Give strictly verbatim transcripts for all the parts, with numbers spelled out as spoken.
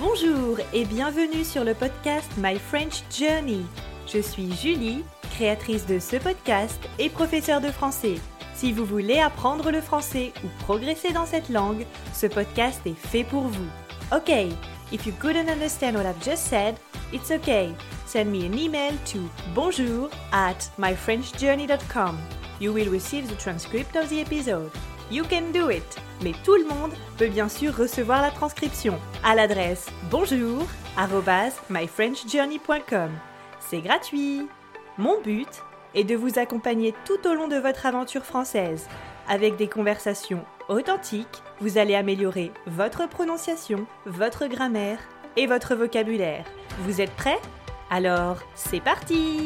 Bonjour et bienvenue sur le podcast My French Journey. Je suis Julie, créatrice de ce podcast et professeure de français. Si vous voulez apprendre le français ou progresser dans cette langue, ce podcast est fait pour vous. Ok, if you couldn't understand what I've just said, it's okay. Send me an email to bonjour at my french journey dot com. You will receive the transcript of the episode. You can do it! Mais tout le monde peut bien sûr recevoir la transcription à l'adresse bonjour arobase my french journey point com. C'est gratuit! Mon but est de vous accompagner tout au long de votre aventure française. Avec des conversations authentiques, vous allez améliorer votre prononciation, votre grammaire et votre vocabulaire. Vous êtes prêts? Alors, c'est parti!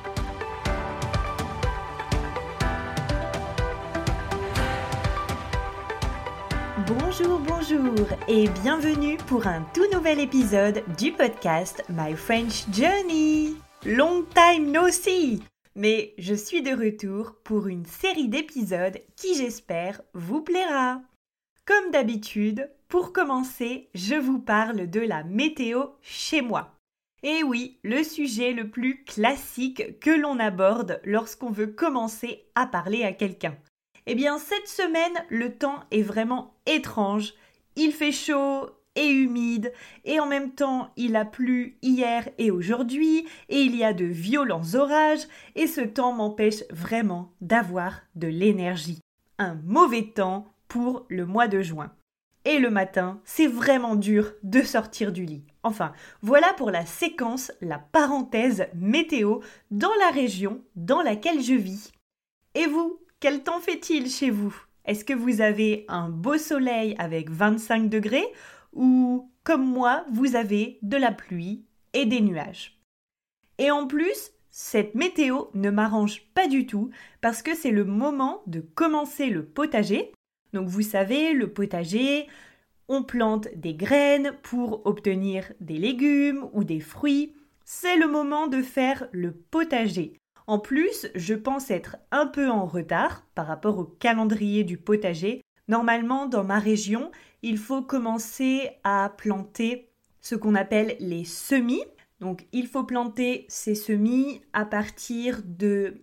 Bonjour, bonjour et bienvenue pour un tout nouvel épisode du podcast My French Journey. Long time no see! Mais je suis de retour pour une série d'épisodes qui, j'espère, vous plaira. Comme d'habitude, pour commencer, je vous parle de la météo chez moi. Et oui, le sujet le plus classique que l'on aborde lorsqu'on veut commencer à parler à quelqu'un. Eh bien, cette semaine, le temps est vraiment étrange. Il fait chaud et humide, et en même temps, il a plu hier et aujourd'hui, et il y a de violents orages, et ce temps m'empêche vraiment d'avoir de l'énergie. Un mauvais temps pour le mois de juin. Et le matin, c'est vraiment dur de sortir du lit. Enfin, voilà pour la séquence, la parenthèse météo dans la région dans laquelle je vis. Et vous, quel temps fait-il chez vous? Est-ce que vous avez un beau soleil avec vingt-cinq degrés ou, comme moi, vous avez de la pluie et des nuages? Et en plus, cette météo ne m'arrange pas du tout parce que c'est le moment de commencer le potager. Donc vous savez, le potager, on plante des graines pour obtenir des légumes ou des fruits. C'est le moment de faire le potager. En plus, je pense être un peu en retard par rapport au calendrier du potager. Normalement, dans ma région, il faut commencer à planter ce qu'on appelle les semis. Donc, il faut planter ces semis à partir de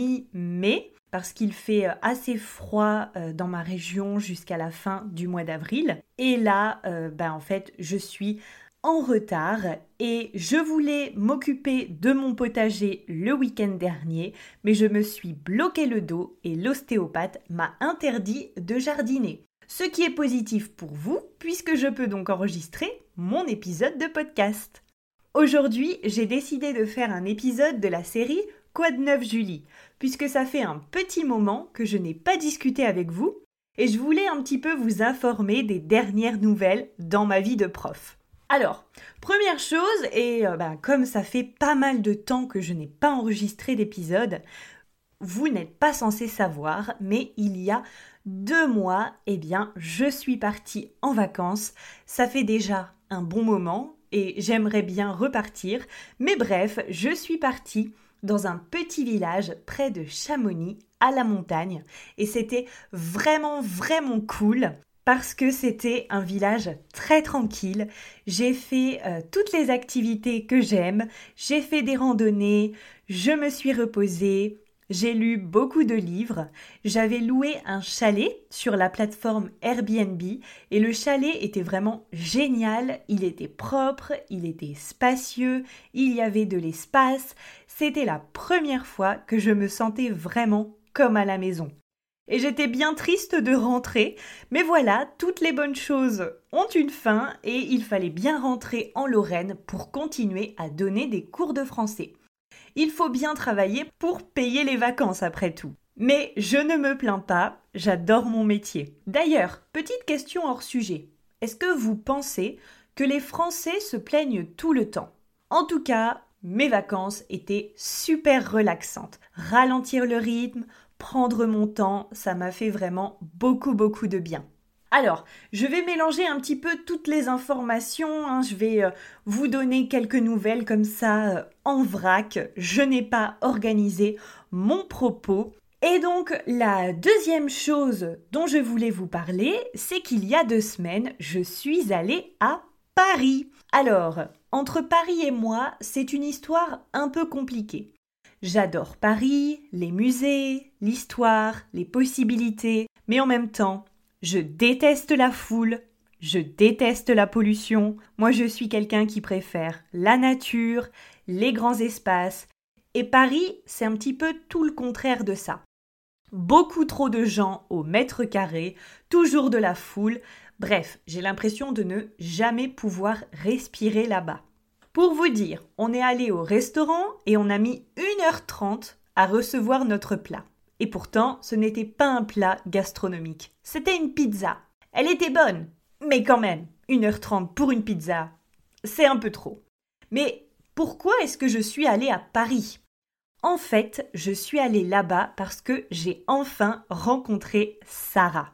mi-mai parce qu'il fait assez froid dans ma région jusqu'à la fin du mois d'avril. Et là, euh, ben, en fait, je suis en retard et je voulais m'occuper de mon potager le week-end dernier, mais je me suis bloqué le dos et l'ostéopathe m'a interdit de jardiner. Ce qui est positif pour vous, puisque je peux donc enregistrer mon épisode de podcast. Aujourd'hui, j'ai décidé de faire un épisode de la série Quoi de neuf Julie, puisque ça fait un petit moment que je n'ai pas discuté avec vous et je voulais un petit peu vous informer des dernières nouvelles dans ma vie de prof. Alors, première chose, et euh, bah, comme ça fait pas mal de temps que je n'ai pas enregistré d'épisode, vous n'êtes pas censé savoir, mais il y a deux mois, eh bien, je suis partie en vacances. Ça fait déjà un bon moment et j'aimerais bien repartir. Mais bref, je suis partie dans un petit village près de Chamonix, à la montagne. Et c'était vraiment, vraiment cool. Parce que c'était un village très tranquille. J'ai fait euh, toutes les activités que j'aime. J'ai fait des randonnées, je me suis reposée, j'ai lu beaucoup de livres. J'avais loué un chalet sur la plateforme Airbnb et le chalet était vraiment génial. Il était propre, il était spacieux, il y avait de l'espace. C'était la première fois que je me sentais vraiment comme à la maison. Et j'étais bien triste de rentrer, mais voilà, toutes les bonnes choses ont une fin et il fallait bien rentrer en Lorraine pour continuer à donner des cours de français. Il faut bien travailler pour payer les vacances après tout. Mais je ne me plains pas, j'adore mon métier. D'ailleurs, petite question hors sujet. Est-ce que vous pensez que les Français se plaignent tout le temps? En tout cas, mes vacances étaient super relaxantes. Ralentir le rythme, prendre mon temps, ça m'a fait vraiment beaucoup beaucoup de bien. Alors, je vais mélanger un petit peu toutes les informations, hein. Je vais euh, vous donner quelques nouvelles comme ça euh, en vrac. Je n'ai pas organisé mon propos. Et donc, la deuxième chose dont je voulais vous parler, c'est qu'il y a deux semaines, je suis allée à Paris. Alors, entre Paris et moi, c'est une histoire un peu compliquée. J'adore Paris, les musées, l'histoire, les possibilités, mais en même temps, je déteste la foule, je déteste la pollution. Moi, je suis quelqu'un qui préfère la nature, les grands espaces, et Paris, c'est un petit peu tout le contraire de ça. Beaucoup trop de gens au mètre carré, toujours de la foule, bref, j'ai l'impression de ne jamais pouvoir respirer là-bas. Pour vous dire, on est allé au restaurant et on a mis une heure trente à recevoir notre plat. Et pourtant, ce n'était pas un plat gastronomique. C'était une pizza. Elle était bonne, mais quand même, une heure trente pour une pizza, c'est un peu trop. Mais pourquoi est-ce que je suis allée à Paris ? En fait, je suis allée là-bas parce que j'ai enfin rencontré Sarah.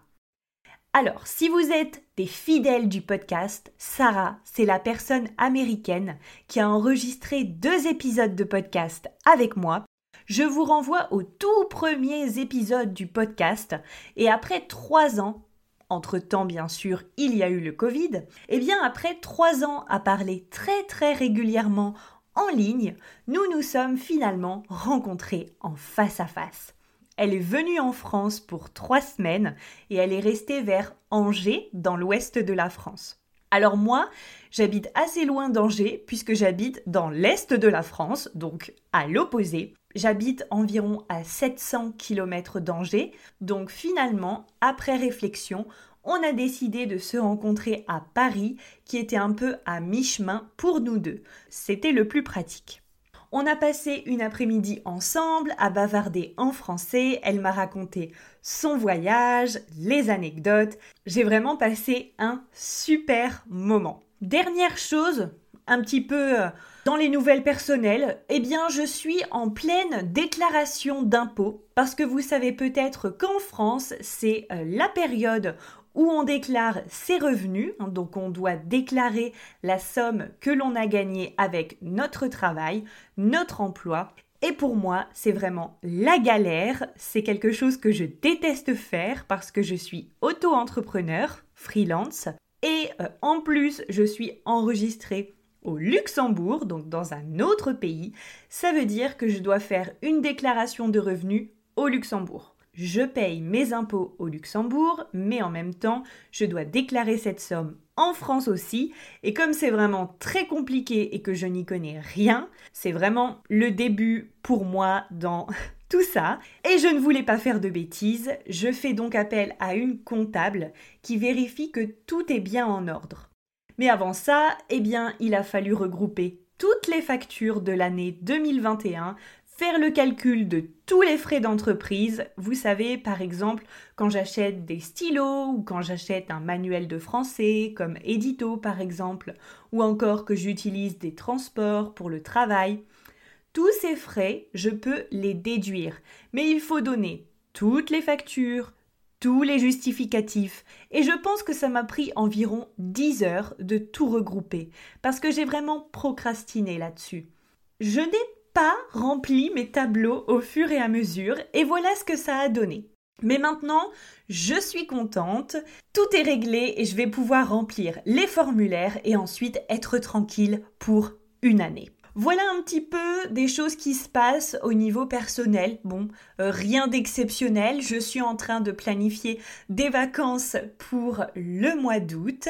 Alors, si vous êtes des fidèles du podcast, Sarah, c'est la personne américaine qui a enregistré deux épisodes de podcast avec moi. Je vous renvoie aux tout premiers épisodes du podcast et après trois ans, entre-temps bien sûr, il y a eu le Covid, et bien après trois ans à parler très très régulièrement en ligne, nous nous sommes finalement rencontrés en face à face. Elle est venue en France pour trois semaines et elle est restée vers Angers, dans l'ouest de la France. Alors moi, j'habite assez loin d'Angers puisque j'habite dans l'est de la France, donc à l'opposé. J'habite environ à sept cents kilomètres d'Angers, donc finalement, après réflexion, on a décidé de se rencontrer à Paris, qui était un peu à mi-chemin pour nous deux. C'était le plus pratique. On a passé une après-midi ensemble à bavarder en français. Elle m'a raconté son voyage, les anecdotes. J'ai vraiment passé un super moment. Dernière chose, un petit peu dans les nouvelles personnelles, eh bien je suis en pleine déclaration d'impôts parce que vous savez peut-être qu'en France, c'est la période où on déclare ses revenus, donc on doit déclarer la somme que l'on a gagnée avec notre travail, notre emploi. Et pour moi, c'est vraiment la galère, c'est quelque chose que je déteste faire parce que je suis auto-entrepreneur, freelance, et euh, en plus, je suis enregistrée au Luxembourg, donc dans un autre pays. Ça veut dire que je dois faire une déclaration de revenus au Luxembourg. Je paye mes impôts au Luxembourg, mais en même temps, je dois déclarer cette somme en France aussi. Et comme c'est vraiment très compliqué et que je n'y connais rien, c'est vraiment le début pour moi dans tout ça. Et je ne voulais pas faire de bêtises, je fais donc appel à une comptable qui vérifie que tout est bien en ordre. Mais avant ça, eh bien, il a fallu regrouper toutes les factures de l'année deux mille vingt et un, faire le calcul de tous les frais d'entreprise. Vous savez, par exemple, quand j'achète des stylos ou quand j'achète un manuel de français, comme Edito par exemple, ou encore que j'utilise des transports pour le travail. Tous ces frais, je peux les déduire. Mais il faut donner toutes les factures, tous les justificatifs. Et je pense que ça m'a pris environ dix heures de tout regrouper, parce que j'ai vraiment procrastiné là-dessus. Je n'ai pas rempli mes tableaux au fur et à mesure et voilà ce que ça a donné. Mais maintenant, je suis contente, tout est réglé et je vais pouvoir remplir les formulaires et ensuite être tranquille pour une année. Voilà un petit peu des choses qui se passent au niveau personnel. Bon, euh, rien d'exceptionnel, je suis en train de planifier des vacances pour le mois d'août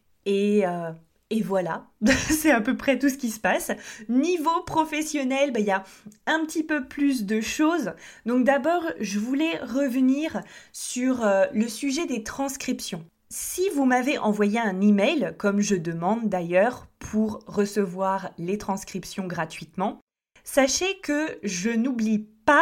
et... Euh, Et voilà, c'est à peu près tout ce qui se passe. Niveau professionnel, bah, y a un petit peu plus de choses. Donc d'abord, je voulais revenir sur euh, le sujet des transcriptions. Si vous m'avez envoyé un email, comme je demande d'ailleurs, pour recevoir les transcriptions gratuitement, sachez que je n'oublie pas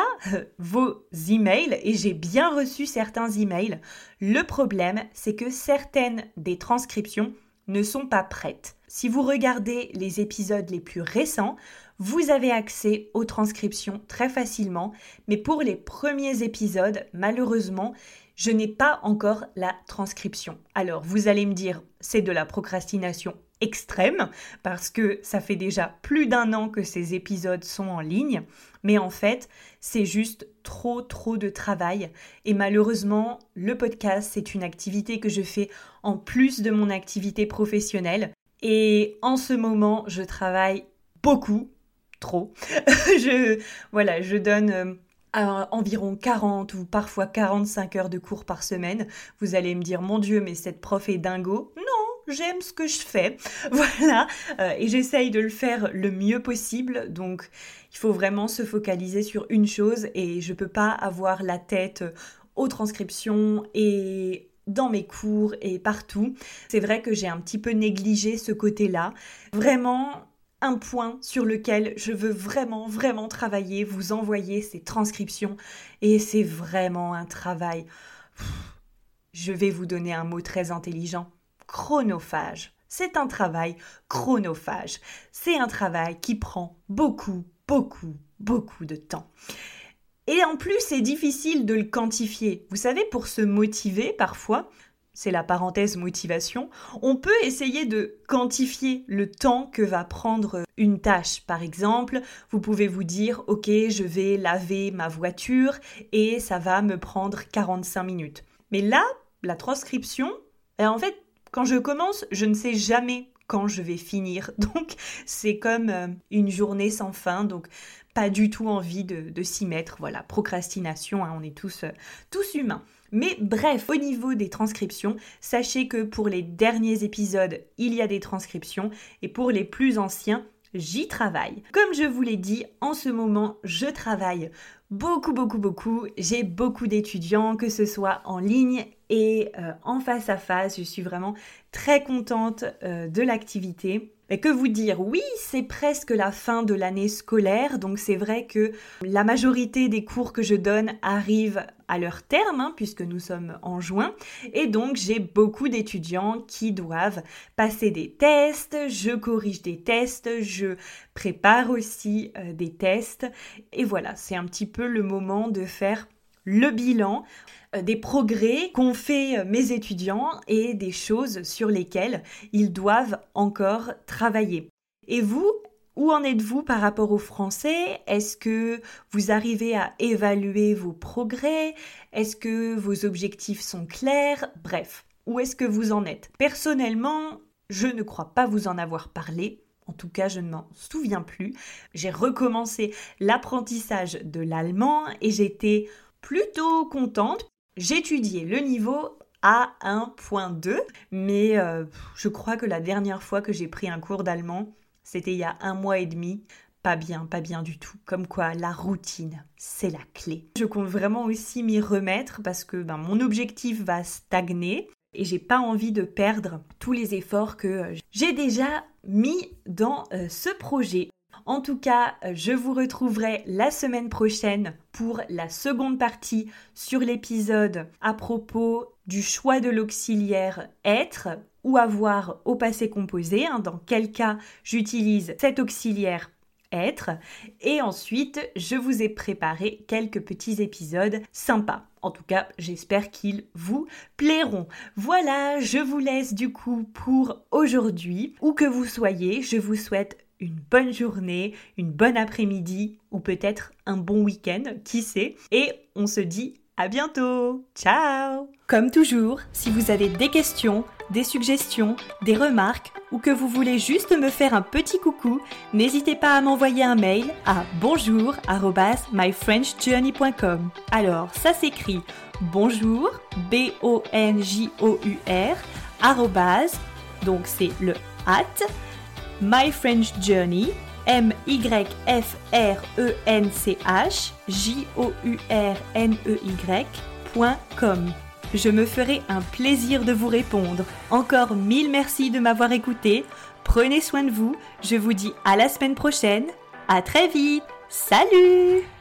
vos emails et j'ai bien reçu certains emails. Le problème, c'est que certaines des transcriptions ne sont pas prêtes. Si vous regardez les épisodes les plus récents, vous avez accès aux transcriptions très facilement, mais pour les premiers épisodes, malheureusement, je n'ai pas encore la transcription. Alors, vous allez me dire, c'est de la procrastination extrême, parce que ça fait déjà plus d'un an que ces épisodes sont en ligne, mais en fait, c'est juste trop, trop de travail. Et malheureusement, le podcast, c'est une activité que je fais en plus de mon activité professionnelle. Et en ce moment, je travaille beaucoup, trop. je, voilà, je donne euh, à environ quarante ou parfois quarante-cinq heures de cours par semaine. Vous allez me dire, mon Dieu, mais cette prof est dingo. Non, j'aime ce que je fais. Voilà, euh, et j'essaye de le faire le mieux possible. Donc, il faut vraiment se focaliser sur une chose et je ne peux pas avoir la tête aux transcriptions et dans mes cours et partout. C'est vrai que j'ai un petit peu négligé ce côté-là. Vraiment, un point sur lequel je veux vraiment, vraiment travailler, vous envoyer ces transcriptions. Et c'est vraiment un travail. Je vais vous donner un mot très intelligent. Chronophage. C'est un travail chronophage. C'est un travail qui prend beaucoup, beaucoup, beaucoup de temps. Et en plus, c'est difficile de le quantifier. Vous savez, pour se motiver, parfois, c'est la parenthèse motivation, on peut essayer de quantifier le temps que va prendre une tâche. Par exemple, vous pouvez vous dire, ok, je vais laver ma voiture et ça va me prendre quarante-cinq minutes. Mais là, la transcription, en fait, quand je commence, je ne sais jamais quand je vais finir. Donc, c'est comme une journée sans fin. Donc, pas du tout envie de, de s'y mettre. Voilà, procrastination, hein, on est tous, euh, tous humains. Mais bref, au niveau des transcriptions, sachez que pour les derniers épisodes, il y a des transcriptions et pour les plus anciens, j'y travaille. Comme je vous l'ai dit, en ce moment, je travaille beaucoup, beaucoup, beaucoup. J'ai beaucoup d'étudiants, que ce soit en ligne et euh, en face à face. Je suis vraiment très contente euh, de l'activité. Mais que vous dire, oui, c'est presque la fin de l'année scolaire, donc c'est vrai que la majorité des cours que je donne arrivent à leur terme, hein, puisque nous sommes en juin, et donc j'ai beaucoup d'étudiants qui doivent passer des tests, je corrige des tests, je prépare aussi euh, des tests, et voilà, c'est un petit peu le moment de faire le bilan des progrès qu'ont fait mes étudiants et des choses sur lesquelles ils doivent encore travailler. Et vous, où en êtes-vous par rapport au français ? Est-ce que vous arrivez à évaluer vos progrès ? Est-ce que vos objectifs sont clairs ? Bref, où est-ce que vous en êtes ? Personnellement, je ne crois pas vous en avoir parlé. En tout cas, je ne m'en souviens plus. J'ai recommencé l'apprentissage de l'allemand et j'étais plutôt contente. J'étudiais le niveau A un point deux, mais euh, je crois que la dernière fois que j'ai pris un cours d'allemand, c'était il y a un mois et demi. Pas bien, pas bien du tout. Comme quoi, la routine, c'est la clé. Je compte vraiment aussi m'y remettre parce que ben, mon objectif va stagner et j'ai pas envie de perdre tous les efforts que j'ai déjà mis dans euh, ce projet. En tout cas, je vous retrouverai la semaine prochaine pour la seconde partie sur l'épisode à propos du choix de l'auxiliaire être ou avoir au passé composé, hein, dans quel cas j'utilise cet auxiliaire être. Et ensuite, je vous ai préparé quelques petits épisodes sympas. En tout cas, j'espère qu'ils vous plairont. Voilà, je vous laisse du coup pour aujourd'hui. Où que vous soyez, je vous souhaite une bonne journée, une bonne après-midi ou peut-être un bon week-end, qui sait. Et on se dit à bientôt. Ciao! Comme toujours, si vous avez des questions, des suggestions, des remarques ou que vous voulez juste me faire un petit coucou, n'hésitez pas à m'envoyer un mail à bonjour arobase my french journey point com. Alors, ça s'écrit bonjour, B O N J O U R, arrobase, donc c'est le at, My French Journey, M Y F R E N C H J O U R N E Y point com. Je me ferai un plaisir de vous répondre. Encore mille merci de m'avoir écouté. Prenez soin de vous. Je vous dis à la semaine prochaine. À très vite. Salut!